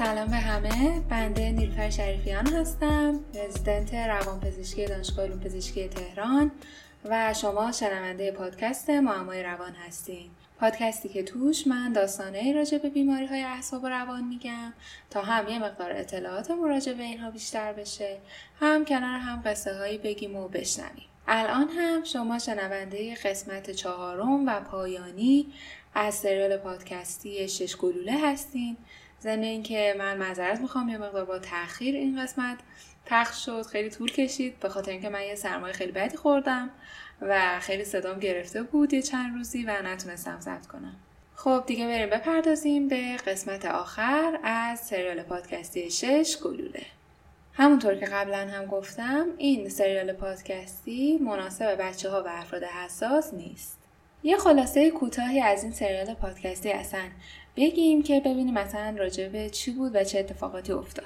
سلام به همه. بنده نیلوفر شریفیان هستم، رزیدنت روانپزشکی دانشگاه علوم پزشکی تهران و شما شنونده پادکست معمای روان هستین. پادکستی که توش من داستانه‌ای راجع به بیماری‌های اعصاب و روان میگم تا هم یه مقدار اطلاعات راجع به اینها بیشتر بشه، هم کنار هم قصه‌هایی بگیم و بشنویم. الان هم شما شنونده قسمت 4 و پایانی از سریال پادکستی 6 گلوله هستین. ضمن اینکه من معذرت میخوام یه مقدار با تأخیر این قسمت پخش شد، خیلی طول کشید به خاطر اینکه من یه سرمای خیلی بدی خوردم و خیلی صدام گرفته بود یه چند روزی و نتونستم ضبط کنم. خب دیگه بریم بپردازیم به قسمت آخر از سریال پادکستی 6 گلوله. همونطور که قبلا هم گفتم این سریال پادکستی مناسب بچه‌ها و افراد حساس نیست. یه خلاصه کوتاهی از این سریال پادکستی اصلا بگیم که ببینیم مثلا راجع به چی بود و چه اتفاقاتی افتاد.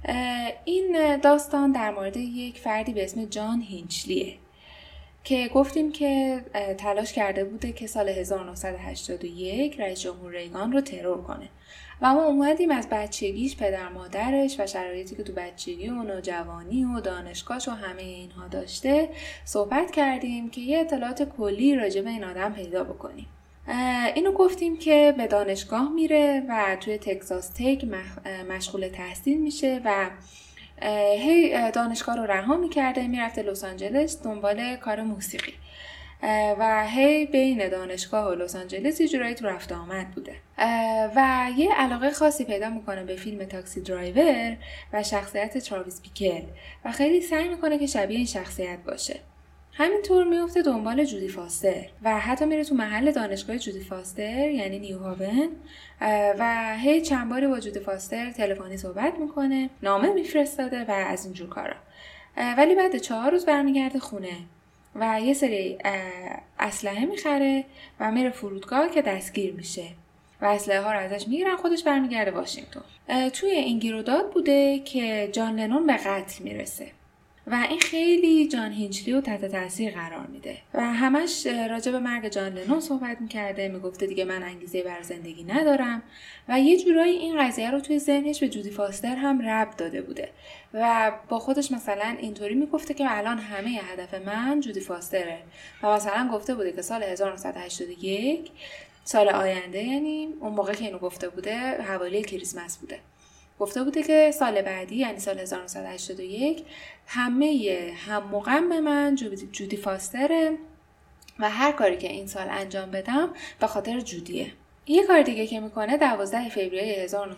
این داستان در مورد یک فردی به اسم جان هینچلیه که گفتیم که تلاش کرده بوده که سال 1981 رئیس جمهور ریگان رو ترور کنه و ما اومدیم از بچگیش، پدر مادرش و شرایطی که تو بچگی و نوجوانی و دانشگاهش و همه اینها داشته صحبت کردیم که یه اطلاعات کلی راجع به این آدم پیدا بکنیم. اینو گفتیم که به دانشگاه میره و توی تگزاس تک مشغول تحصیل میشه و هی دانشگاه رو رها میکرده، میرفته لس آنجلس دنبال کار موسیقی و هی بین دانشگاه و لس آنجلس یه جورایی تو رفت آمد بوده و یه علاقه خاصی پیدا میکنه به فیلم تاکسی درایور و شخصیت تراویس بیکل و خیلی سعی میکنه که شبیه این شخصیت باشه. همینطور میفته دنبال جودی فاستر و حتی میره تو محل دانشگاه جودی فاستر یعنی نیو هاون و هی چند باری با جودی فاستر تلفنی صحبت میکنه، نامه میفرستاده و از اینجور کارا. ولی بعد 4 روز برمیگرده خونه و یه سری اسلحه میخره و میره فرودگاه که دستگیر میشه و اسلحه ها رو ازش میگیرن، خودش برمیگرده واشنگتن. توی این گیروداد بوده که جان لنون به قتل میرسه و این خیلی جان هینچلی رو تحت تاثیر قرار میده و همش راجع به مرگ جان لنون صحبت میکرده، میگفته دیگه من انگیزه بر زندگی ندارم و یه جورایی این قضیه رو توی ذهنش به جودی فاستر هم ربط داده بوده و با خودش مثلا اینطوری میگفته که الان همه هدف من جودی فاستره و مثلا گفته بوده که سال 1981 سال آینده، یعنی اون موقع که اینو گفته بوده حوالی کریسمس بوده، گفته بوده که سال بعدی یعنی سال 1981 همه هم غم من جودی فاستره و هر کاری که این سال انجام بدم به خاطر جودیه. یه کار دیگه که میکنه 12 فوریه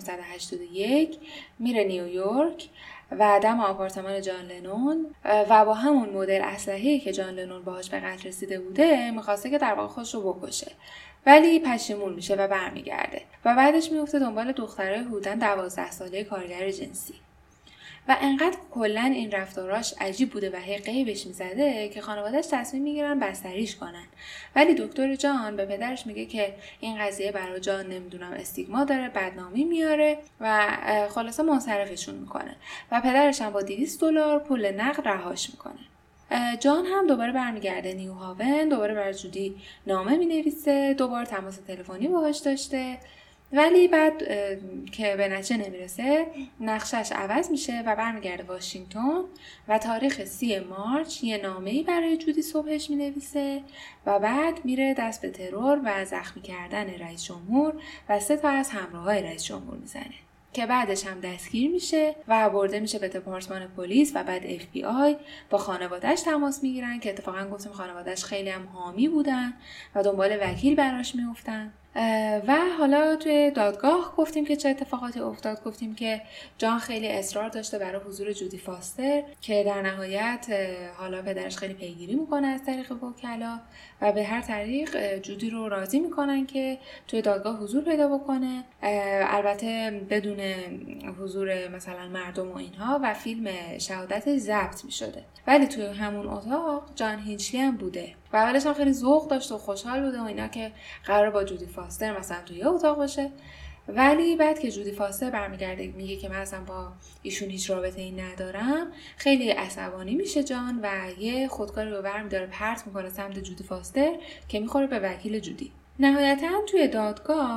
1981 میره نیویورک و دم آپارتمان جان لنون و با همون مدل اسلحه‌ای که جان لنون باهاش به قتل رسیده بوده میخواسته که در واقع خودش رو بکشه، ولی پشیمون میشه و برمیگرده و بعدش میفته دنبال دخترای حدوداً 12 ساله کارگر جنسی و انقدر کلن این رفتاراش عجیب بوده و هی قیبش میزده که خانواده‌اش تصمیم میگیرن بستریش کنن، ولی دکتر جان به پدرش میگه که این قضیه برای جان نمیدونم استیگما داره، بدنامی میاره و خلاصه منصرفشون میکنه و پدرش هم با $200 پول نقد رهاش میکنه. جان هم دوباره برمیگرده نیو هاون، دوباره برای جودی نامه مینویسه، دوباره تماس تلفنی باهاش داشته، ولی بعد که به نتیجه نمیرسه نقشش عوض میشه و برمیگرده واشنگتن و تاریخ 3 مارچ یه نامه‌ای برای جودی صبحش مینویسه و بعد میره دست به ترور و زخمی کردن رئیس جمهور و 3 تا از همراهای رئیس جمهور میزنه که بعدش هم دستگیر میشه و برده میشه به دپارتمان پلیس و بعد FBI. با خانواده‌اش تماس میگیرن که اتفاقا گفتیم خانواده‌اش خیلی هم حامی بودن و دنبال وکیل براش میافتن و حالا توی دادگاه گفتیم که چه اتفاقاتی افتاد. گفتیم که جان خیلی اصرار داشته برای حضور جودی فاستر که در نهایت حالا پدرش خیلی پیگیری میکنه از طریق وکلا و به هر طریق جودی رو راضی میکنن که توی دادگاه حضور پیدا بکنه، البته بدون حضور مثلا مردم و اینها و فیلم شهادتش ضبط میشده، ولی توی همون اتاق جان هینچلی هم بوده و اولش هم خیلی ذوق داشت و خوشحال بوده و اینا که قرار با جودی فاستر مثلا توی اتاق باشه، ولی بعد که جودی فاستر برمیگرده میگه که من اصلا با ایشون هیچ رابطه‌ای ندارم، خیلی عصبانی میشه جان و یه خودکاری رو برمی‌داره پرت میکنه سمت جودی فاستر که میخوره به وکیل جودی. نهایتاً توی دادگاه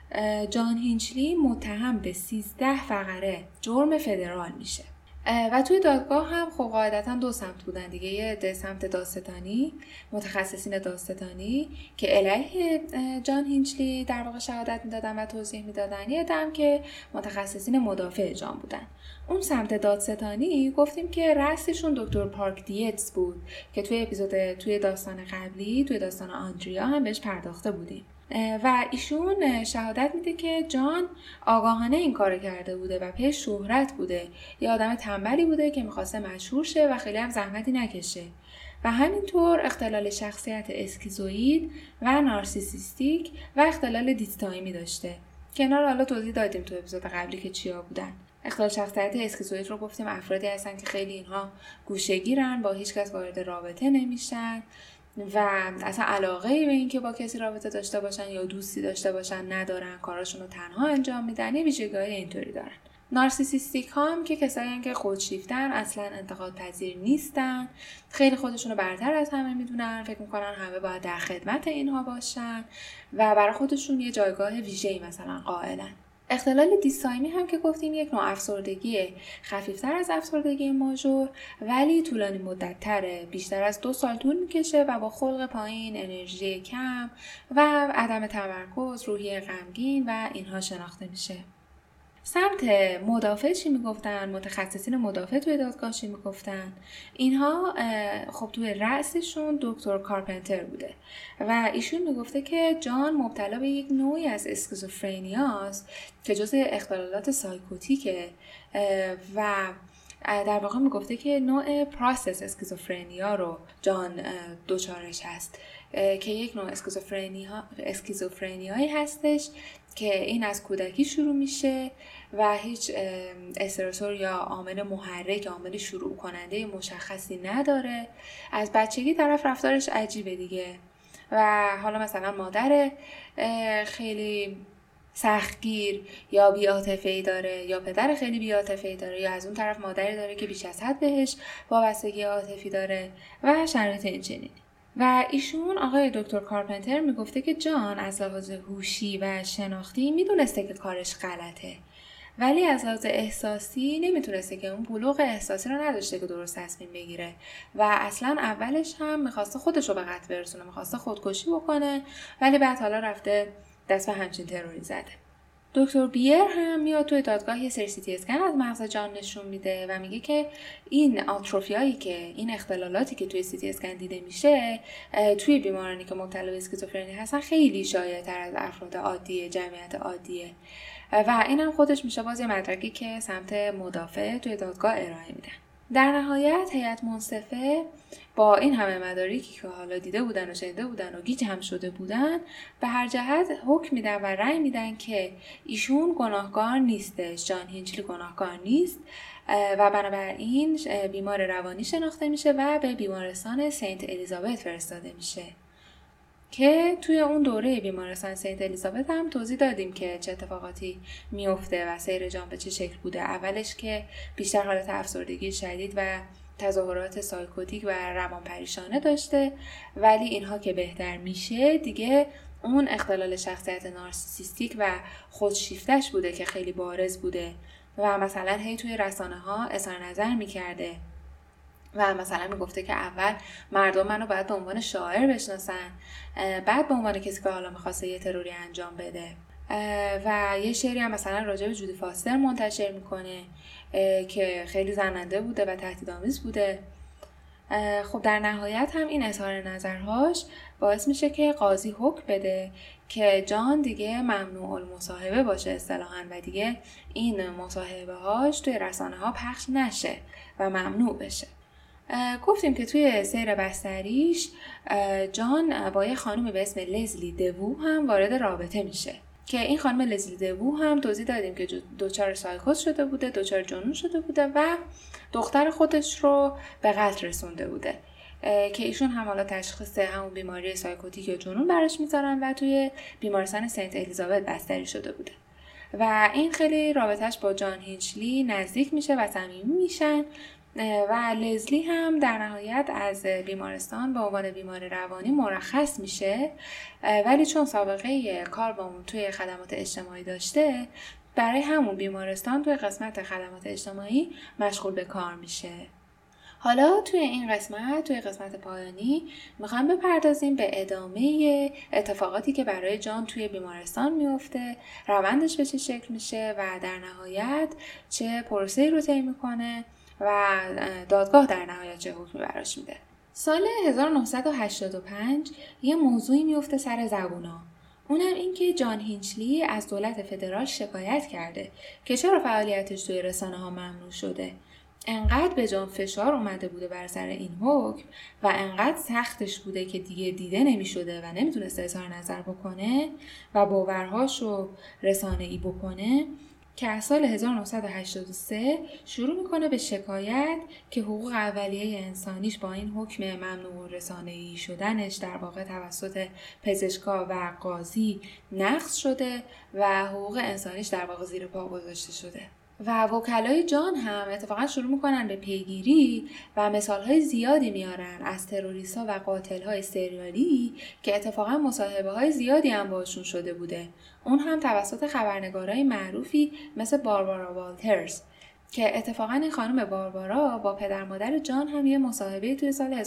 جان هینچلی متهم به 13 فقره جرم فدرال میشه و توی دادگاه هم خب قاعدتا 2 سمت بودن دیگه. یه سمت دادستانی، متخصصین دادستانی که علیه جان هینچلی در واقع شهادت میدادن و توضیح میدادن، یه دم که متخصصین مدافع جان بودن. اون سمت دادستانی گفتیم که رئیسشون دکتر پارک دیتس بود که توی داستان قبلی، توی داستان آندریا هم بهش پرداخته بودیم و ایشون شهادت میده که جان آگاهانه این کار کرده بوده و پی شهرت بوده، یه آدم تنبلی بوده که میخواسته مشهور شه و خیلی هم زحمتی نکشه و همینطور اختلال شخصیت اسکیزوئید و نارسیسیستیک و اختلال دیستایمی داشته. کنار حالا توضیح دادیم تو اپیزود قبلی که چیا بودن. اختلال شخصیت اسکیزوئید رو گفتیم افرادی هستن که خیلی اینها گوشه‌گیرن، با هیچ کس وارد رابطه نمیشن و اصلا علاقه ای به این که با کسی رابطه داشته باشن یا دوستی داشته باشن ندارن، کاراشون رو تنها انجام میدن، یه ویژگی‌های اینطوری دارن. نارسیسیستیک هم که کسایی هستن که خودشیفتن، اصلا انتقاد پذیر نیستن، خیلی خودشون رو برتر از همه میدونن، فکر میکنن همه باید در خدمت اینها باشن و برای خودشون یه جایگاه ویژه‌ای مثلا قائلن. اختلال دیستایمی هم که گفتیم یک نوع افسردگی خفیفتر از افسردگی ماژور ولی طولانی مدت‌تره، بیشتر از 2 سال طول میکشه و با خلق پایین، انرژی کم و عدم تمرکز، روحیه غمگین و اینها شناخته میشه. سمت مدافع چی میگفتن؟ متخصصین مدافع توی دادگاه چی میگفتن؟ اینها خب توی رأسشون دکتر کارپنتر بوده و ایشون میگفته که جان مبتلا به یک نوعی از اسکیزوفرنیاست که جزء اختلالات سایکوتیکه و در واقع میگفته که نوع پروسس اسکیزوفرنیا رو جان دوچارش هست که یک نوع اسکیزوفرنیایی هستش که این از کودکی شروع میشه و هیچ استرسور یا عامل محرک، عامل شروع کننده مشخصی نداره. از بچگی طرف رفتارش عجیبه دیگه و حالا مثلا مادر خیلی سختگیر یا بی‌عاطفه‌ای داره یا پدر خیلی بی‌عاطفه‌ای داره یا از اون طرف مادری داره که بیش از حد بهش وابستگی عاطفی داره و شرایط اینچنینی. و ایشون آقای دکتر کارپنتر میگفته که جان از لحاظ هوشی و شناختی میدونسته که کارش غلطه ولی از لحاظ احساسی نمیتونسته که اون بلوغ احساسی رو نداشته که درست تصمیم بگیره و اصلا اولش هم میخواسته خودش رو به قتل برسونه، میخواسته خودکشی بکنه ولی بعد حالا رفته دست به همچین تروری زده. دکتر بیر هم میاد توی دادگاه یه سری CT اسکن از مغز جان نشون میده و میگه که این آتروفیایی که این اختلالاتی که توی CT اسکن دیده میشه توی بیمارانی که مبتلا به اسکیزوفرنی هستن خیلی شایع‌تر از افراد عادی، جمعیت عادیه و اینم خودش میشه باز یه مدرکی که سمت مدافع توی دادگاه ارائه میدن. در نهایت هیئت منصفه با این همه مدارکی که حالا دیده بودن و شنیده بودن و گیج هم شده بودن به هر جهت حکم میدن و رأی میدن که ایشون گناهکار نیستش، جان هینچلی گناهکار نیست و بنابراین بیمار روانی شناخته میشه و به بیمارستان سنت الیزابت فرستاده میشه که توی اون دوره بیمارستان سنت الیزابت هم توضیح دادیم که چه اتفاقاتی میفته و سیر جان به چه شکل بوده. اولش که بیشتر حالت افسردگی شدید و تظاهرات سایکوتیک و روانپریشانه داشته ولی اینها که بهتر میشه دیگه اون اختلال شخصیت نارسیسیستیک و خودشیفتش بوده که خیلی بارز بوده و مثلا هی توی رسانه ها اظهار نظر میکرده و مثلا میگفته که اول مردم منو باید به عنوان شاعر بشناسن، بعد به عنوان کسی که حالا میخواسته یه تروری انجام بده و یه شعری هم مثلا راجع به جودی فاستر منتشر میکنه که خیلی زننده بوده و تهدیدآمیز بوده. خب در نهایت هم این اظهار نظرهاش باعث میشه که قاضی حکم بده که جان دیگه ممنوع المصاحبه باشه اصطلاحاً و دیگه این مصاحبه هاش توی رسانه ها پخش نشه و ممنوع بشه. گفتیم که توی سیر بستریش جان با یه خانومی به اسم لزلی دوو هم وارد رابطه میشه که این خانم لزلی دوو هم توضیح دادیم که دچار سایکوز شده بوده، دچار جنون شده بوده و دختر خودش رو به قتل رسونده بوده که ایشون هم حالا تشخیص همون بیماری سایکوتیک یا جنون براش میذارن و توی بیمارستان سنت الیزابت بستری شده بوده و این خیلی رابطهش با جان هینچلی نزدیک میشه و صمیمی میشن و لزلی هم در نهایت از بیمارستان به عنوان بیمار روانی مرخص میشه، ولی چون سابقه کار با اون توی خدمات اجتماعی داشته، برای همون بیمارستان توی قسمت خدمات اجتماعی مشغول به کار میشه. حالا توی این قسمت پایانی میخوایم بپردازیم به ادامه اتفاقاتی که برای جان توی بیمارستان میفته، روندش به چه شکل میشه و در نهایت چه پروسه‌ای رو طی میکنه و دادگاه در نهایت چه حکمی براش میده. سال 1985 یه موضوعی میفته سر زبونا. اونم این که جان هینچلی از دولت فدرال شکایت کرده که چرا فعالیتش توی رسانه‌ها ممنوع شده. انقدر به جان فشار اومده بوده بر سر این حکم و انقدر سختش بوده که دیگه دیده نمی شده و نمیتونسته اظهار نظر بکنه و باورهاشو رسانه‌ای بکنه که از سال 1983 شروع میکنه به شکایت که حقوق اولیه انسانیش با این حکم ممنوع رسانه‌ای شدنش در واقع توسط پزشکا و قاضی نقض شده و حقوق انسانیش در واقع زیر پا گذاشته شده. و وکلای جان هم اتفاقا شروع میکنن به پیگیری و مثالهای زیادی میارن از تروریست‌ها و قاتل‌های سریالی که اتفاقا مصاحبه‌های زیادی هم باشون شده بوده. اون هم توسط خبرنگارای معروفی مثل باربارا والترز که اتفاقا این خانم باربارا با پدر مادر جان هم یه مصاحبه توی سال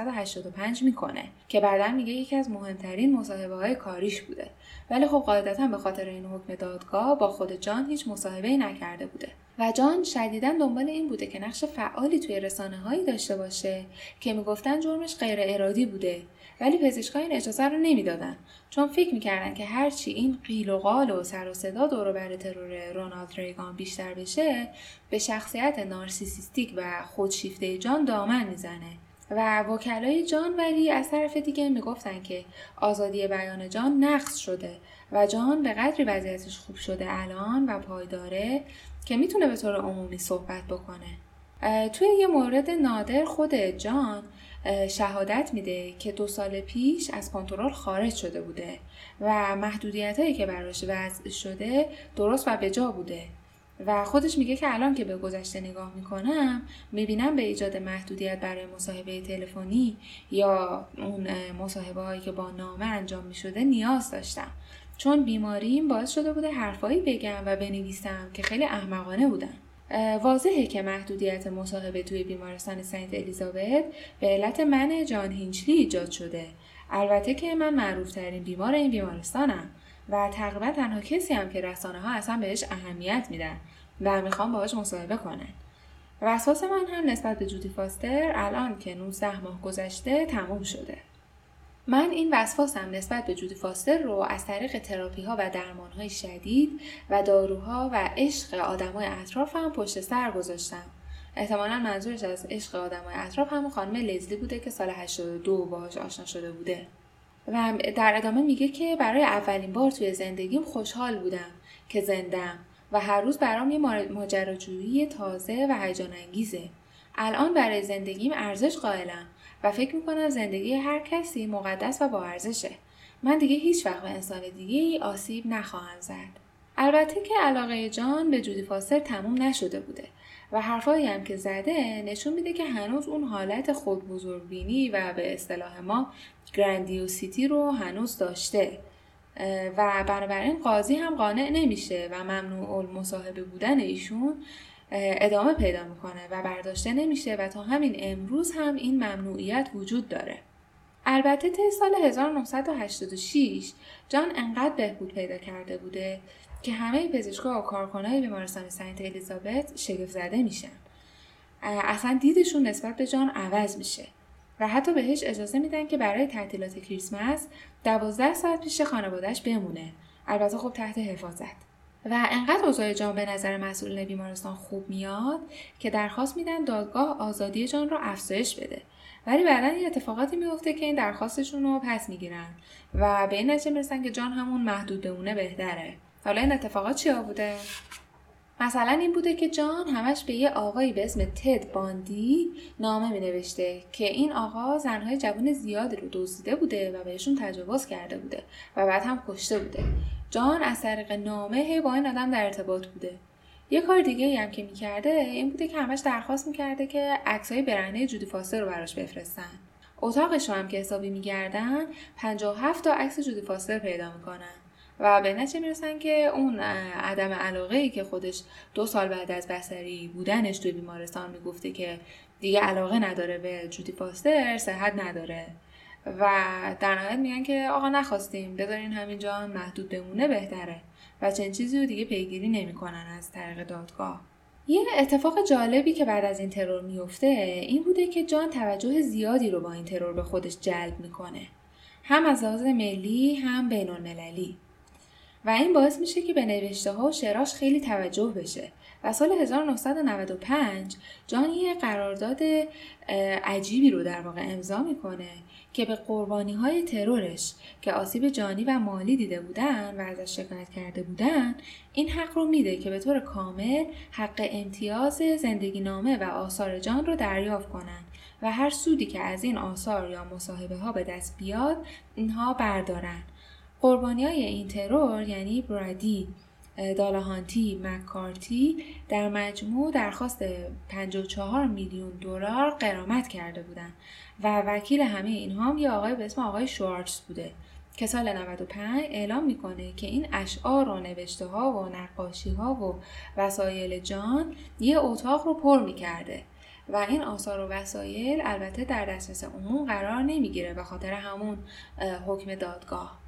1985 میکنه که بعداً میگه یکی از مهمترین مصاحبه‌های کاریش بوده. ولی خب قاعدتاً به خاطر این حکم دادگاه با خود جان هیچ مصاحبه‌ای نکرده بوده و جان شدیداً دنبال این بوده که نقش فعالی توی رسانه‌هایی داشته باشه که میگفتن جرمش غیر ارادی بوده، ولی پزشکا این اجازه رو نمیدادن چون فکر میکردن که هرچی این قیل و قال و سر و صدا دور و بر ترور رونالد ریگان بیشتر بشه به شخصیت نارسیسیستیک و خودشیفته جان دامن میزنه. و وکلای جان ولی از طرف دیگه میگفتن که آزادی بیان جان نقض شده و جان به قدری وضعیتش خوب شده الان و پایداره که میتونه به طور عمومی صحبت بکنه. توی یه مورد نادر خود جان شهادت میده که 2 سال پیش از کنترل خارج شده بوده و محدودیتایی که براش وضع شده درست و بجا بوده و خودش میگه که الان که به گذشته نگاه میکنم میبینم به ایجاد محدودیت برای مصاحبه تلفنی یا اون مصاحبه هایی که با نامه انجام میشده نیاز داشتم، چون بیماریم باعث شده بوده حرفایی بگم و بنویسم که خیلی احمقانه بودن. واضحه که محدودیت مصاحبه توی بیمارستان سنت الیزابت به علت من جان هینچلی ایجاد شده. البته که من معروف‌ترین بیمار این بیمارستانم و تقریبا تنها کسی هم که رسانه‌ها اصلا بهش اهمیت میدن و میخوام باهاش مصاحبه کنن. وسواس من هم نسبت به جودی فاستر الان که 19 ماه گذشته تموم شده. من این وسواسم نسبت به جودی فاستر رو از طریق تراپی‌ها و درمان‌های شدید و داروها و عشق آدمای اطرافم پشت سر گذاشتم. احتمالاً منظورش از عشق آدمای اطراف هم خانم لزلی بوده که سال 82 باهاش آشنا شده بوده. و در ادامه میگه که برای اولین بار توی زندگیم خوشحال بودم که زنده‌ام و هر روز برام یه ماجراجویی تازه و هیجان انگیزه. الان برای زندگیم ارزش قائلم و فکر میکنم زندگی هر کسی مقدس و با ارزشه. من دیگه هیچ وقت به انسان دیگه‌ای آسیب نخواهم زد. البته که علاقه جان به جودی فاستر تموم نشده بوده و حرفایی هم که زده نشون میده که هنوز اون حالت خود بزرگبینی و به اصطلاح ما گراندیوسیتی رو هنوز داشته و بنابراین قاضی هم قانع نمیشه و ممنوع المصاحبه بودن ایشون ادامه پیدا میکنه و برداشته نمیشه و تا همین امروز هم این ممنوعیت وجود داره. البته تا سال 1986 جان انقدر بهبود پیدا کرده بوده که همه پزشکا و کارکنای بیمارستان سنت الیزابت شگفت زده میشن. اصلا دیدشون نسبت به جان عوض میشه و حتی بهش اجازه میدن که برای تعطیلات کریسمس 12 ساعت پیش خانواده‌اش بمونه، البته خب تحت حفاظت. و انقدر اوضاع جان به نظر مسئولین بیمارستان خوب میاد که درخواست میدن دادگاه آزادی جان رو افزایش بده، ولی بعدن یه اتفاقاتی میفته که این درخواستشون رو پس میگیرن و به این نتیجه میرسن که جان همون محدود بمونه بهتره. حالا این اتفاقات چیا بوده؟ مثلا این بوده که جان همش به یه آقایی به اسم تد باندی نامه می نوشته که این آقا زنهای جوان زیادی رو دزدیده بوده و بهشون تجاوز کرده بوده و بعد هم کشته بوده. جان از طریق نامه با این آدم در ارتباط بوده. یه کار دیگه هم که میکرده این بوده که همش درخواست میکرده که عکسای برهنه جودی فاستر رو براش بفرستن. اتاقش رو هم که حسابی میگردن 57 تا عکس جودی فاستر پیدا میکنن و به نتیجه میرسن که اون عدم علاقه‌ای که خودش 2 سال بعد از بستری بودنش توی بیمارستان میگفته که دیگه علاقه نداره به جودی فاستر، صحت نداره و در نهایت میگن که آقا نخواستیم، بذارین همینجا محدود بمونه بهتره و چنین چیزی رو دیگه پیگیری نمی‌کنن از طریق دادگاه. یه اتفاق جالبی که بعد از این ترور میفته این بوده که جان توجه زیادی رو با این ترور به خودش جلب میکنه، هم از لحاظ ملی هم بین‌المللی، و این باعث میشه که به نوشته‌ها و شعراش خیلی توجه بشه. و سال 1995 جان یه قرارداد عجیبی رو در واقع امضا میکنه که به قربانی‌های ترورش که آسیب جانی و مالی دیده بودن و ازش شکایت کرده بودن این حق رو میده که به طور کامل حق امتیاز زندگی نامه و آثار جان رو دریافت کنن و هر سودی که از این آثار یا مصاحبه ها به دست بیاد اینها بردارن. قربانی‌های این ترور یعنی برادی، دالاهانتی، مکارتی در مجموع درخواست 54 میلیون دلار غرامت کرده بودند و وکیل همه اینها هم یه آقای به اسم آقای شوارتز بوده که سال 95 اعلام میکنه که این اشعار و نوشته ها و نقاشی ها و وسایل جان یه اتاق رو پر میکرده و این آثار و وسایل البته در دسترس عموم قرار نمیگیره به خاطر همون حکم دادگاه.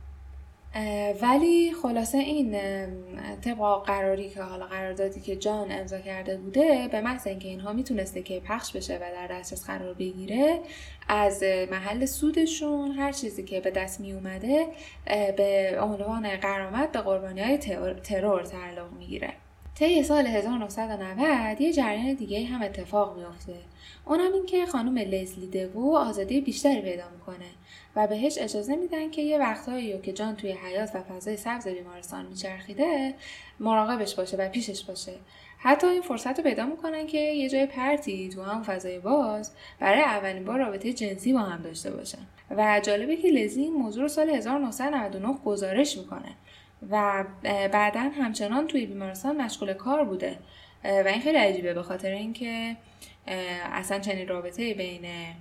ولی خلاصه این طبق قراردادی که جان امضا کرده بوده به محض اینکه اینها میتونسته که پخش بشه و در دسترس قرار بگیره از محل سودشون هر چیزی که به دست می اومده به عنوان غرامت به قربانی‌های ترور تعلق میگیره. طی سال 1990 یه جریان دیگه هم اتفاق میفته. اونم این که خانم لزلی دو آزادی بیشتری پیدا میکنه و بهش اجازه میدن که یه وقتایی که جان توی حیاط و فضای سبز بیمارستان میچرخیده مراقبش باشه و پیشش باشه. حتی این فرصت رو پیدا میکنن که یه جای پرتی تو هم فضای باز برای اولین بار رابطه جنسی با هم داشته باشن. و جالبه که لزلی این موضوع رو سال 1999 گزارش میکنه و بعداً همچنان توی بیمارستان مشغول کار بوده و این خیلی عجیبه به خاطر اینکه اصلا چنین رابطه بین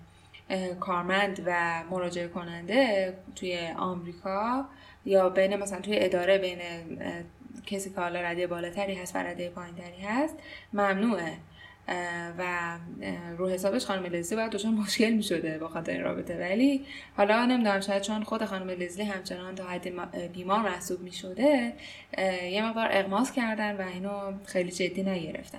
کارمند و مراجعه کننده توی آمریکا یا بین مثلا توی اداره بین کسی که حالا رده بالاتری هست و رده پایینتری هست ممنوعه و رو حسابش خانم لزلی باید دچار مشکل می شده با خاطر این رابطه. ولی حالا نمیدونم شاید چون خود خانم لزلی همچنان تا حد بیمار محسوب می شده یه مقدار اغماس کردن و اینو خیلی جدی نگرفتن.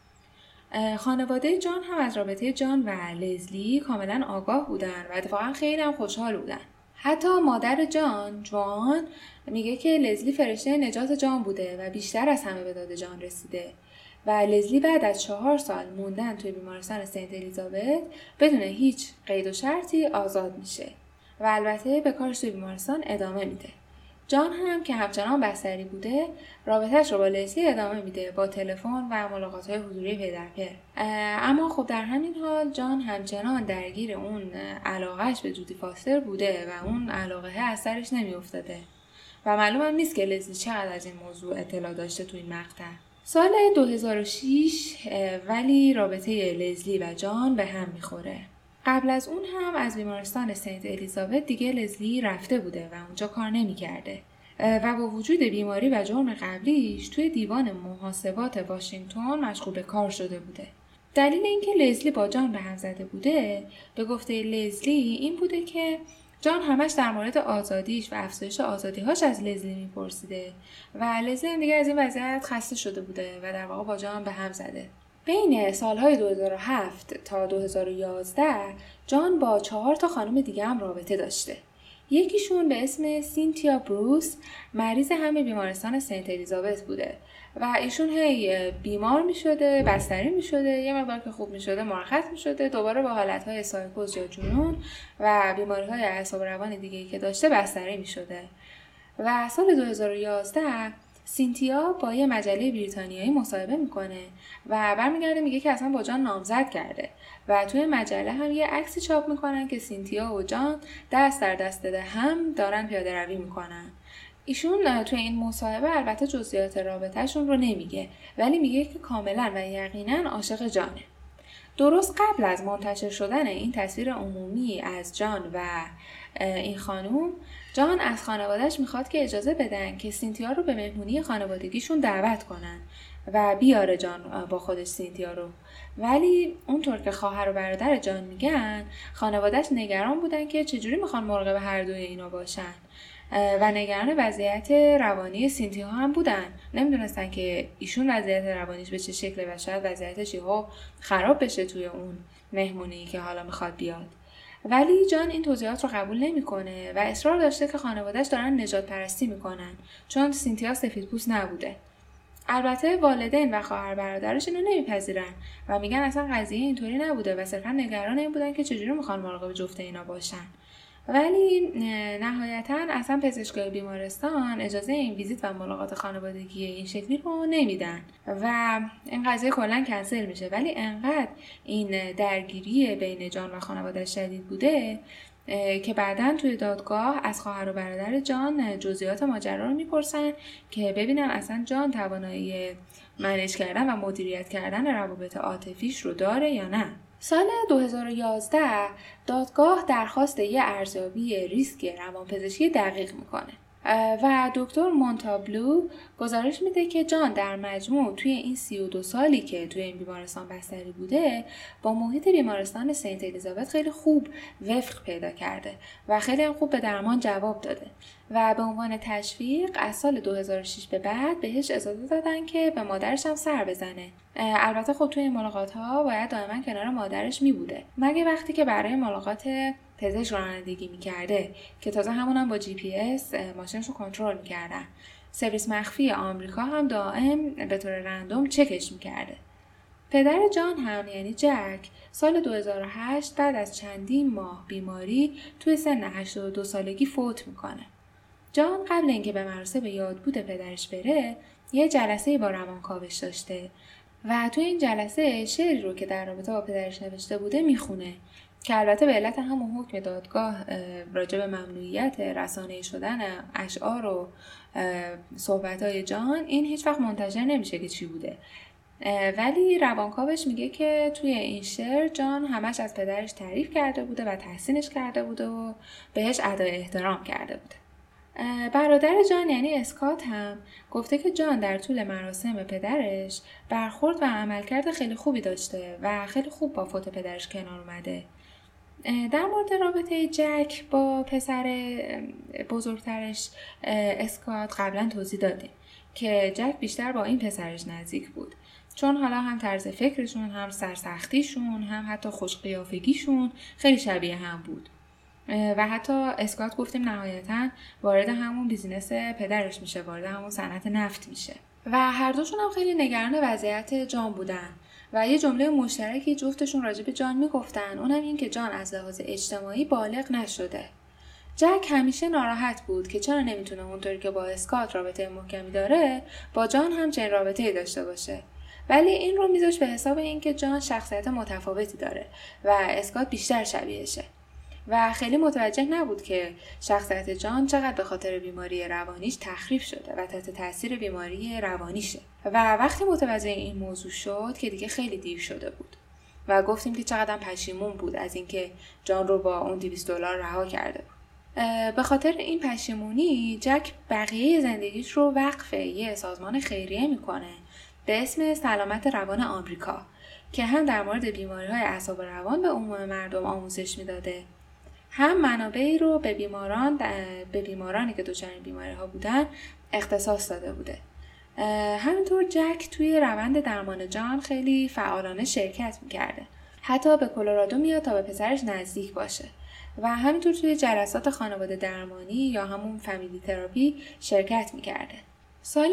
خانواده جان هم از رابطه جان و لزلی کاملا آگاه بودن و اتفاقا خیلی هم خوشحال بودن. حتی مادر جان میگه که لزلی فرشته نجات جان بوده و بیشتر از همه به داد جان رسیده و لزلی بعد از 4 سال موندن توی بیمارستان سنت الیزابت بدون هیچ قید و شرطی آزاد میشه و البته به کارش توی بیمارستان ادامه میده. جان هم که همچنان بستری بوده رابطه‌اش رو با لزلی ادامه میده با تلفن و ملاقات‌های حضوری پی در پی. اما خب در همین حال جان همچنان درگیر اون علاقهش به جودی فاستر بوده و اون علاقه از سرش نمیافتاده و معلوم هم نیست که لزلی چقدر از این موضوع اطلاع داشته توی این مقطع. سال 2006 ولی رابطه لزلی و جان به هم میخوره. قبل از اون هم از بیمارستان سنت الیزابت دیگه لزلی رفته بوده و اونجا کار نمی‌کرده و با وجود بیماری و جرم قبلیش توی دیوان محاسبات واشنگتن مشغول به کار شده بوده. دلیل اینکه لزلی با جان به هم زده بوده به گفته لزلی این بوده که جان همش در مورد آزادیش و افزایش آزادی‌هاش از لزلی میپرسیده و لزلی هم دیگه از این وضعیت خسته شده بوده و در واقع با جان به هم زده. بین سالهای 2007 تا 2011 جان با 4 تا خانم دیگه هم رابطه داشته. یکیشون به اسم سینتیا بروس مریض همه بیمارستان سنت الیزابت بوده و ایشون هی بیمار می شده، بستری می شده، یه مقدار که خوب می شده مرخص می شده، دوباره با حالتهای سایکوز یا جنون و بیماری های اعصاب روان دیگه‌ای که داشته بستری می شده. و سال 2011 سینتیا با یه مجله بریتانیایی مصاحبه میکنه و برمیگرده میگه که اصلا با جان نامزد کرده و توی مجله هم یه عکسی چاپ میکنن که سینتیا و جان دست در دست هم دارن پیاده روی میکنن ایشون توی این مصاحبه البته جزئیات رابطه‌شون رو نمیگه، ولی میگه که کاملا و یقینا عاشق جانه. درست قبل از منتشر شدن این تصویر عمومی از جان و این خانوم، جان از خانواده‌اش میخواد که اجازه بدن که سینتیا رو به مهمونی خانوادگیشون دعوت کنن و بیاره جان با خودش سینتیا رو. ولی اونطور که خواهر و برادر جان میگن، خانواده‌اش نگران بودن که چجوری میخوان مراقب هر دوی اینا باشن و نگران وضعیت روانی سینتیا هم بودن. نمیدونستن که ایشون وضعیت روانیش به چه شکله و شاید وضعیتش یهو خراب بشه توی اون مهمونی که حالا میخواد بیاد. ولی جان این توضیحات رو قبول نمیکنه و اصرار داشته که خانواده‌اش دارن نجات پرستی میکنن چون سینتیا سفیدپوست نبوده. البته والدین و خواهر برادرش اینو نمیپذیرن و میگن اصلا قضیه اینطوری نبوده و صرفا نگران این بودن که چجوری میخوان مراقب جفت اینا باشن. ولی نهایتاً اصلا پزشکای بیمارستان اجازه این ویزیت و ملاقات خانوادگی این شکلی رو نمیدن و این قضیه کلاً کنسل میشه. ولی انقدر این درگیری بین جان و خانواده شدید بوده که بعداً توی دادگاه از خواهر و برادر جان جزئیات ماجرا رو میپرسن که ببینن اصلا جان توانایی منیج کردن و مدیریت کردن روابط عاطفیش رو داره یا نه. سال 2011 دادگاه درخواست یه ارزیابی ریسک روانپزشکی دقیق میکنه و دکتر مونتابلو گزارش میده که جان در مجموع توی این 32 سالی که توی این بیمارستان بستری بوده با محیط بیمارستان سنت الیزابت خیلی خوب وفق پیدا کرده و خیلی هم خوب به درمان جواب داده و به عنوان تشویق از سال 2006 به بعد بهش اجازه دادن که به مادرش هم سر بزنه. البته خب توی این ملاقات ها باید دائما کنار مادرش می بوده مگه وقتی که برای ملاقات پزشک رانندگی میکرده که تازه همونم با GPS ماشینشو کنترل میکردن. سرویس مخفی آمریکا هم دائم به طور رندوم چکش میکرده. پدر جان هم یعنی جک سال 2008 بعد از چندین ماه بیماری توی سن 82 سالگی فوت میکنه. جان قبل اینکه به مراسم یادبود پدرش بره یه جلسه با روانکاوش داشته و توی این جلسه شعری رو که در رابطه با پدرش نوشته بوده میخونه که البته به علت همون حکم دادگاه راجع به ممنوعیت رسانه‌ای شدن اشعار و صحبت‌های جان این هیچ وقت منتشر نمیشه که چی بوده. ولی روانکاوش میگه که توی این شعر جان همش از پدرش تعریف کرده بوده و تحسینش کرده بوده و بهش ادای احترام کرده بوده. برادر جان یعنی اسکات هم گفته که جان در طول مراسم پدرش برخورد و عملکرد خیلی خوبی داشته و خیلی خوب با فوت پدرش کنار اومده. در مورد رابطه جک با پسر بزرگترش اسکات قبلا توضیح دادیم که جک بیشتر با این پسرش نزدیک بود چون حالا هم طرز فکرشون هم سرسختیشون هم حتی خوش قیافگیشون خیلی شبیه هم بود و حتی اسکات گفتیم نهایتاً وارد همون بیزینس پدرش میشه، وارد همون صنعت نفت میشه و هر دوشون هم خیلی نگران وضعیت جان بودن و یه جمله مشترکی جفتشون راجع به جان میگفتن، اونم این که جان از لحاظ اجتماعی بالغ نشده. جک همیشه ناراحت بود که چرا نمیتونه اونطوری که با اسکات رابطه محکمی داره با جان هم چنین رابطه‌ای داشته باشه، ولی این رو میذاش به حساب این که جان شخصیت متفاوتی داره و اسکات بیشتر شبیهشه و خیلی متوجه نبود که شخصیت جان چقدر به خاطر بیماری روانیش تخریب شده و تحت تاثیر بیماری روانیشه و وقتی متوجه این موضوع شد که دیگه خیلی دیر شده بود و گفتیم که چقدر پشیمون بود از اینکه جان رو با اون $200 رها کرده بود. به خاطر این پشیمونی جک بقیه زندگیش رو وقف یه سازمان خیریه میکنه به اسم سلامت روان آمریکا که هم در مورد بیماری‌های اعصاب و روان به عموم مردم آموزش میداده، هم منابعی رو به بیمارانی که دچار این بیماری‌ها بودن اختصاص داده بوده. همینطور جک توی روند درمان جان خیلی فعالانه شرکت میکرده، حتی به کلرادو میاد تا به پسرش نزدیک باشه و همینطور توی جلسات خانواده درمانی یا همون فامیلی تراپی شرکت میکرده. سال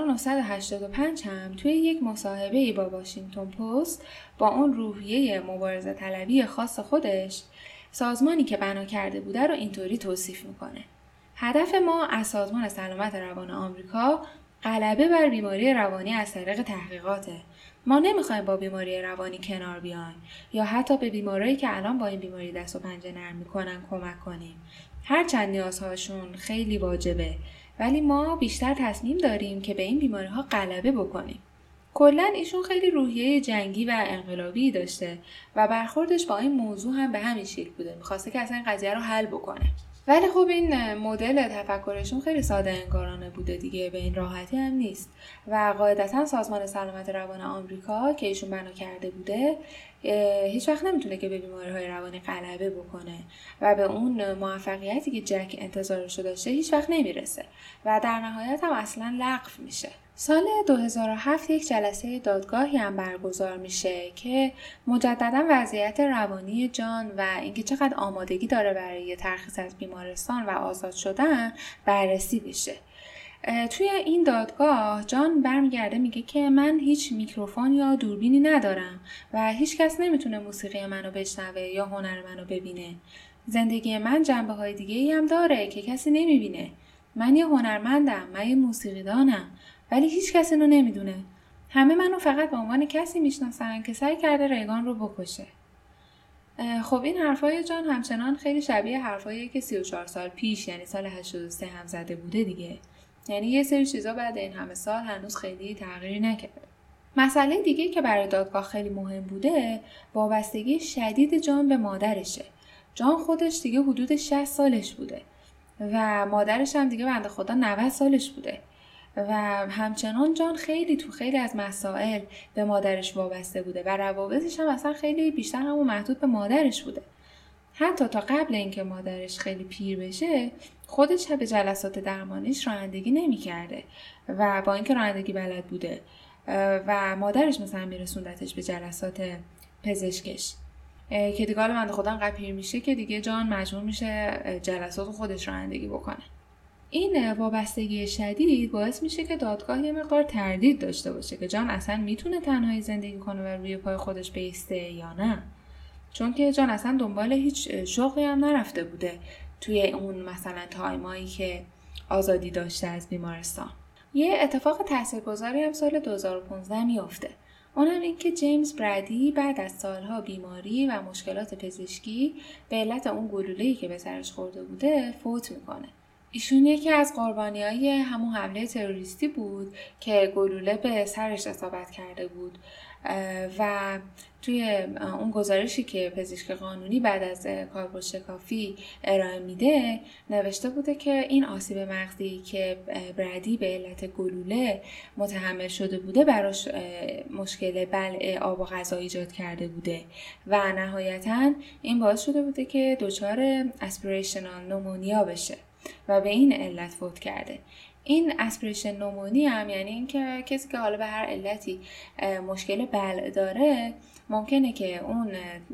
1985 هم توی یک مصاحبه‌ای با واشنگتن پست با اون روحیه مبارزه طلبی خاص خودش سازمانی که بنا کرده بوده رو اینطوری توصیف میکنه: هدف ما از سازمان سلامت روان آمریکا غلبه بر بیماری روانی از طریق تحقیقاته. ما نمیخوایم با بیماری روانی کنار بیایم یا حتی به بیمارایی که الان با این بیماری دست و پنجه نرم میکنن کمک کنیم، هرچند نیازهاشون خیلی واجبه ولی ما بیشتر تصمیم داریم که به این بیماری ها غلبه بکنیم. کلاً ایشون خیلی روحیه جنگی و انقلابی داشته و برخوردش با این موضوع هم به همین شکل بوده. می‌خواسته که اصلا این قضیه رو حل بکنه. ولی خب این مدل تفکرشون خیلی ساده انگارانه بوده دیگه، به این راحتی هم نیست. و قاعدتاً سازمان سلامت روان آمریکا که ایشون بنا کرده بوده هیچ وقت نمیتونه که به بیماری‌های روانی غلبه بکنه و به اون موفقیتی که جک انتظارش داشته هیچ وقت نمیرسه و در نهایت هم اصلاً لغو میشه. سال 2007 یک جلسه دادگاهی هم برگزار میشه که مجددا وضعیت روانی جان و اینکه چقدر آمادگی داره برای ترخیص از بیمارستان و آزاد شدن بررسی بشه. توی این دادگاه جان برمیگرده میگه که من هیچ میکروفون یا دوربینی ندارم و هیچ کس نمیتونه موسیقی منو بشنوه یا هنر منو ببینه. زندگی من جنبه‌های دیگه‌ای هم داره که کسی نمیبینه. من یه هنرمندم، من یه موسیقیدانم، ولی هیچ کسی اینو نمیدونه. همه منو فقط به عنوان کسی میشناسن که سعی کرده ریگان رو بکشه. خب این حرفای جان همچنان خیلی شبیه حرفایی که 34 سال پیش یعنی سال 83 هم زده بوده دیگه. یعنی یه سری چیزا بعد این همه سال هنوز خیلی تغییری نکرده. مسئله دیگه که برای دادگاه خیلی مهم بوده وابستگی شدید جان به مادرشه. جان خودش دیگه حدود 60 سالش بوده و مادرش هم دیگه بنده خدا 90 سالش بوده و همچنان جان خیلی از مسائل به مادرش وابسته بوده و روابطش هم اصلا خیلی بیشتر همون محدود به مادرش بوده. حتی تا قبل اینکه مادرش خیلی پیر بشه خودش به جلسات درمانیش رانندگی نمی کرده و با اینکه رانندگی بلد بوده و مادرش مثلا میرسوندتش به جلسات پزشکش که دیگه حالا بنده خدا انقدر پیر میشه که دیگه جان مجبور میشه جلسات خودش رانندگی بکنه. این وابستگی شدید باعث میشه که دادگاه یه مقدار تردید داشته باشه که جان اصلا میتونه تنهایی زندگی کنه و روی پای خودش بیسته یا نه، چون که جان اصلا دنبال هیچ شغلی هم نرفته بوده توی اون مثلا تایمایی که آزادی داشته از بیمارستان. یه اتفاق تاثیرگذاری هم سال 2015 میفته. اونم این که جیمز برادی بعد از سالها بیماری و مشکلات پزشکی به علت اون گلوله‌ای که به سرش خورده بوده فوت میکنه. ایشون یکی از قربانیای همون حمله تروریستی بود که گلوله به سرش اصابت کرده بود و توی اون گزارشی که پزشک قانونی بعد از کاربردشکافی ارائه میده نوشته بوده که این آسیب مغزی که برادی به علت گلوله متحمل شده بوده براش مشکل بلع آب و غذا ایجاد کرده بوده و نهایتاً این باعث شده بوده که دچار اسپیریشنال نومونیا بشه و به این علت فوت کرده. این اسپریشن نومونی هم یعنی این که کسی که حالا به هر علتی مشکل بلع داره ممکنه که اون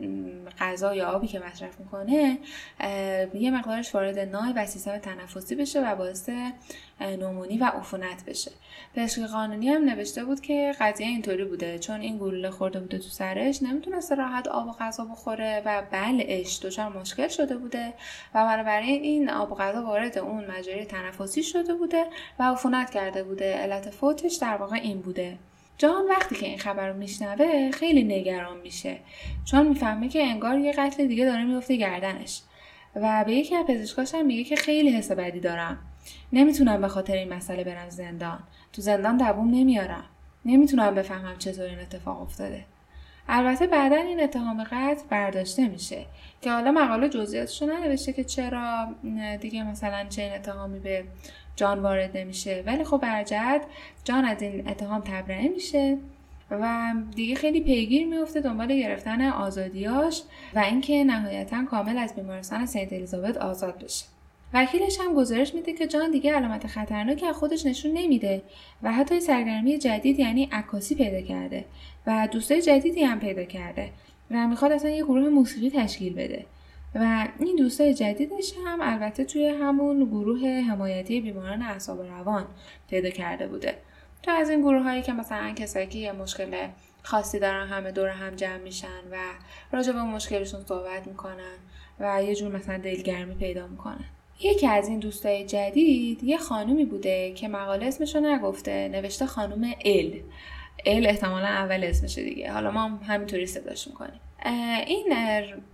غذا یا آبی که مصرف میکنه یه مقدارش وارد نای و سیستم تنفسی بشه و باعث نومونی و عفونت بشه. پزشک قانونی هم نوشته بود که قضیه اینطوری بوده چون این گلوله خورده بوده تو سرش نمیتونسته راحت آب و غذا بخوره و بلعش دچار مشکل شده بوده و بنابراین این آب و غذا وارد اون مجاری تنفسی شده بوده و عفونت کرده بوده. علت فوتش در واقع این بوده. جان وقتی که این خبر رو میشنوه خیلی نگران میشه چون میفهمه که انگار یه قتل دیگه داره میفته گردنش و به یکی از پزشکاش هم میگه که خیلی حس بدی دارم، نمیتونم به خاطر این مسئله برم زندان، تو زندان دووم نمیارم، نمیتونم بفهمم چطور این اتفاق افتاده. البته بعداً این اتهام قتل برداشته میشه که حالا مقاله جزئیاتش رو ننوشته که چرا دیگه مثلا چه این اتهامی به جان وارد نمیشه، ولی خب برجهت جان از این اتهام تبرئه میشه و دیگه خیلی پیگیر میفته دنبال گرفتن آزادیاش و اینکه نهایتاً کامل از بیمارستان سنت الیزابت آزاد بشه. وکیلش هم گزارش میده که جان دیگه علامت خطرناکی از خودش نشون نمیده و حتی سرگرمی جدید یعنی عکاسی پیدا کرده و دوستای جدیدی هم پیدا کرده و میخواد اصلا یه گروه موسیقی تشکیل بده و این دوستای جدیدش هم البته توی همون گروه حمایتی بیماران اعصاب روان پیدا کرده بوده. تو از این گروه هایی که مثلا کسایی که یه مشکل خاصی دارن همه دور هم جمع میشن و راجع به مشکلشون صحبت میکنن و یه جور مثلا دلگرمی پیدا میکنن. یکی از این جدید یه خانومی بوده که مقاله اسمشو نگفته، نوشته خانوم ال احتمالا اول اسمشه دیگه، حالا ما همینطوری صداش میکنیم. این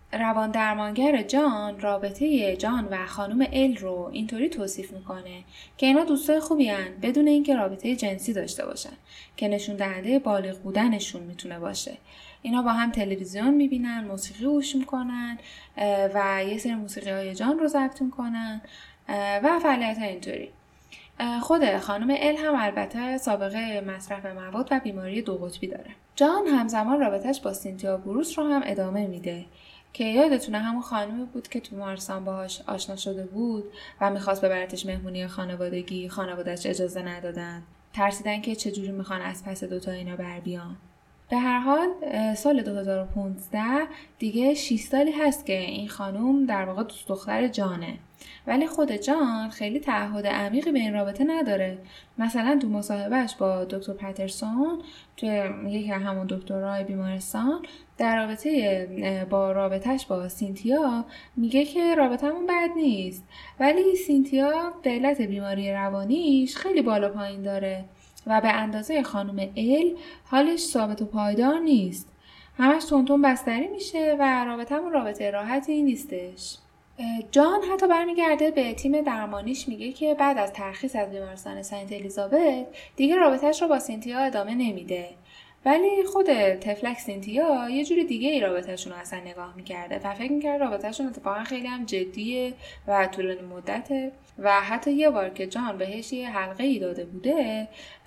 روان درمانگر جان رابطه جان و خانم ال رو اینطوری توصیف میکنه که اینا دوستای خوبی هن بدون اینکه رابطه جنسی داشته باشن که نشون دهنده بالغ بودنشون میتونه باشه. اینا با هم تلویزیون میبینن، موسیقی گوش میکنن و یه سری موسیقی های جان رو ضبط میکنن و فعالیت های اینطوری. خود خانم ال هم البته سابقه مصرف مواد و بیماری دو قطبی داره. جان همزمان رابطهش با سینتیا بروس رو هم ادامه میده که یادتونه همون خانمی بود که تو مارسان باهاش آشنا شده بود و میخواست ببرتش مهمونی خانوادگی، خانواده‌اش اجازه ندادن، ترسیدن که چجوری میخوان از پس دوتا اینا بر بیان. به هر حال سال 2015 دیگه 6 سالی هست که این خانم در واقع دوست دختر جانه، ولی خود جان خیلی تعهد عمیقی به این رابطه نداره. مثلا تو مصاحبهش با دکتر پترسون توی یکی از همون دکترای بیمارستان در رابطهش با سینتیا میگه که رابطمون بد نیست، ولی سینتیا به علت بیماری روانیش خیلی بالا پایین داره و به اندازه خانم ال حالش ثابت و پایدار نیست. همش تونتون بستری میشه و رابطمون رابطه راحتی نیستش. جان حتی برمیگرده به تیم درمانیش میگه که بعد از ترخیص از بیمارستان سنت الیزابت دیگه رابطهش رو با سینتیا ادامه نمیده، ولی خود تفلک سینتیا یه جوری دیگه ای رابطهشون رو اصلا نگاه میکرده و فکر میکرده رابطهشون اتفاقا خیلی هم جدیه و طولانی مدته و حتی یه بار که جان بهش یه حلقه ای داده بوده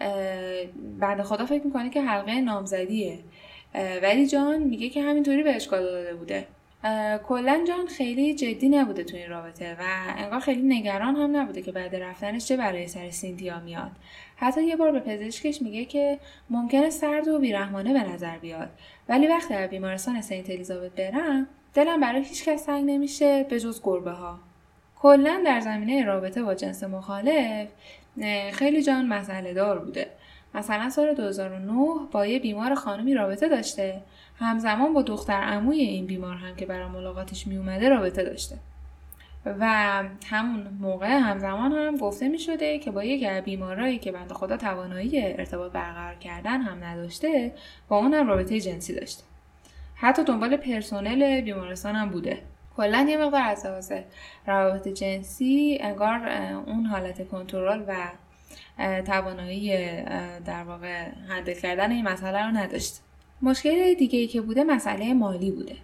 بنده خدا فکر میکنه که حلقه نامزدیه، ولی جان میگه که همینطوری بهش کادو داده بوده. کلا جان خیلی جدی نبوده تو این رابطه و انگار خیلی نگران هم نبوده که بعد رفتنش چه برای سر سینتیا میاد. حتی یه بار به پزشکش میگه که ممکنه سرد و بیرحمانه به نظر بیاد، ولی وقتی از بیمارستان سنت الیزابت برم دلم برای هیچ کس تنگ نمیشه به جز گربه ها. کلا در زمینه رابطه با جنس مخالف خیلی جان مسئله دار بوده. مثلا سال 2009 با یه بیمار خانمی رابطه داشته، همزمان با دختر عموی این بیمار هم که برای ملاقاتش می اومده رابطه داشته و همون موقع همزمان هم گفته می شده که با یکی از بیمارایی که بنده خدا توانایی ارتباط برقرار کردن هم نداشته با اون هم رابطه جنسی داشته. حتی دنبال پرسنل بیمارستان هم بوده. کلا یه مقدار از لحاظ روابط جنسی انگار اون حالت کنترل و توانایی در واقع هندل کردن این مسئله رو نداشته. مشکل دیگه‌ای که بوده مسئله مالی بوده.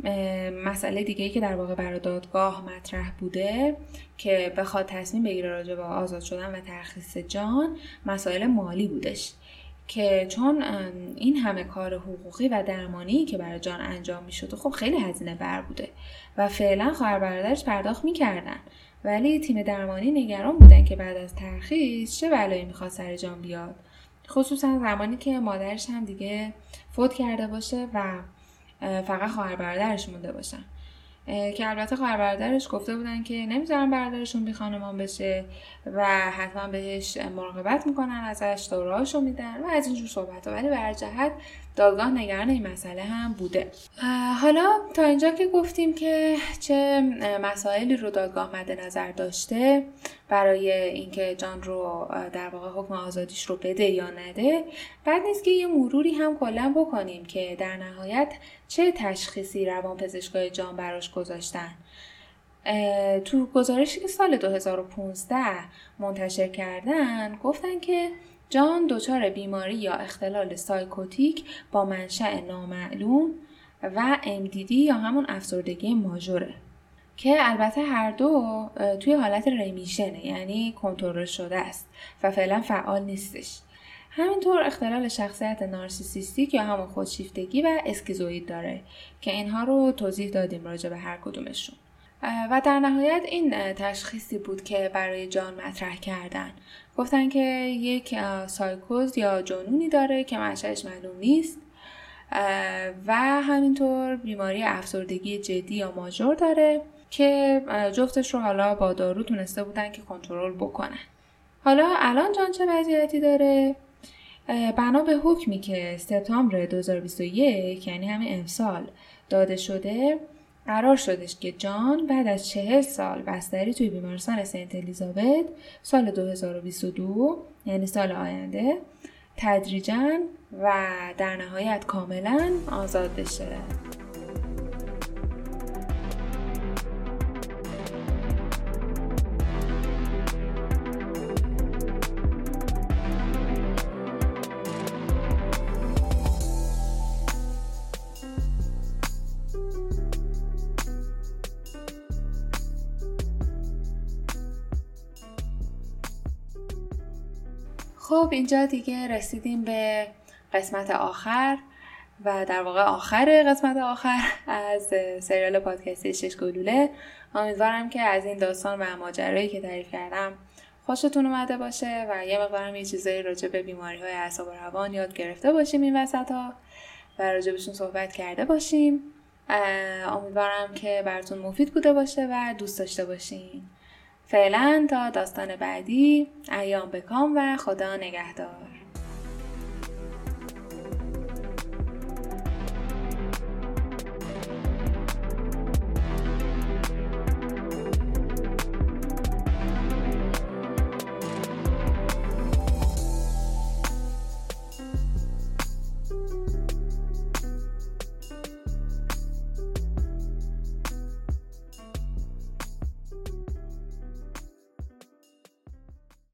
مسئله دیگه‌ای که در واقع برای دادگاه مطرح بوده که بخواد تصمیم بگیره راجع به آزاد شدن و ترخیص جان مسائل مالی بودش که چون این همه کار حقوقی و درمانی که برای جان انجام می‌شد خب خیلی هزینه بر بوده و فعلا خواهر برادرش پرداخت می‌کردن، ولی تیم درمانی نگران بودن که بعد از ترخیص چه بلایی می‌خواد سر جان بیاد، خصوصا زمانی که مادرش هم دیگه فوت کرده باشه و فقط خواهر برادرش مونده باشن که البته خواهر برادرش گفته بودن که نمیذارن برادرشون بی خانمان بشه و حتما بهش مراقبت میکنن، ازش داروهاشو میدن و از اینجور صحبت‌ها، ولی به هر جهت دادگاه نگران این مسئله هم بوده. حالا تا اینجا که گفتیم که چه مسائلی رو دادگاه مد نظر داشته برای اینکه جان رو در واقع حکم آزادیش رو بده یا نده، بعد نیست که یه مروری هم کلا بکنیم که در نهایت چه تشخیصی روانپزشکای جان براش گذاشتن. تو گزارشی که سال 2015 منتشر کردن گفتن که جان دچار بیماری یا اختلال سایکوتیک با منشأ نامعلوم و MDD یا همون افسردگی ماژوره که البته هر دو توی حالت رمیشنه، یعنی کنترل شده است و فعلا فعال نیستش. همینطور اختلال شخصیت نارسیسیستیک یا همون خودشیفتگی و اسکیزوئید داره که اینها رو توضیح دادیم راجع به هر کدومشون. و در نهایت این تشخیصی بود که برای جان مطرح کردن. گفتن که یک سایکوز یا جنونی داره که منشأش معلوم نیست و همینطور بیماری افسردگی جدی یا ماژور داره که جفتش رو حالا با دارو تونسته بودن که کنترل بکنن. حالا الان جان چه وضعیتی داره؟ بنا به حکمی که سپتامبر 2021 یعنی همین امسال داده شده، قرار شدش که جان بعد از 40 سال بستری توی بیمارستان سنت الیزابت سال 2022 یعنی سال آینده تدریجاً و در نهایت کاملاً آزاد بشه. خب اینجا دیگه رسیدیم به قسمت آخر و در واقع آخر قسمت آخر از سریال پادکستی 6 گلوله. امیدوارم که از این داستان و ماجرایی که تعریف کردم خوشتون اومده باشه و یه مقدارم یه چیزایی راجع به بیماری‌های اعصاب و روان یاد گرفته باشیم این وسط‌ها و راجع بهشون صحبت کرده باشیم. امیدوارم که براتون مفید بوده باشه و دوست داشته باشین. فعلا تا داستان بعدی، ایام بکام و خدا نگهدار.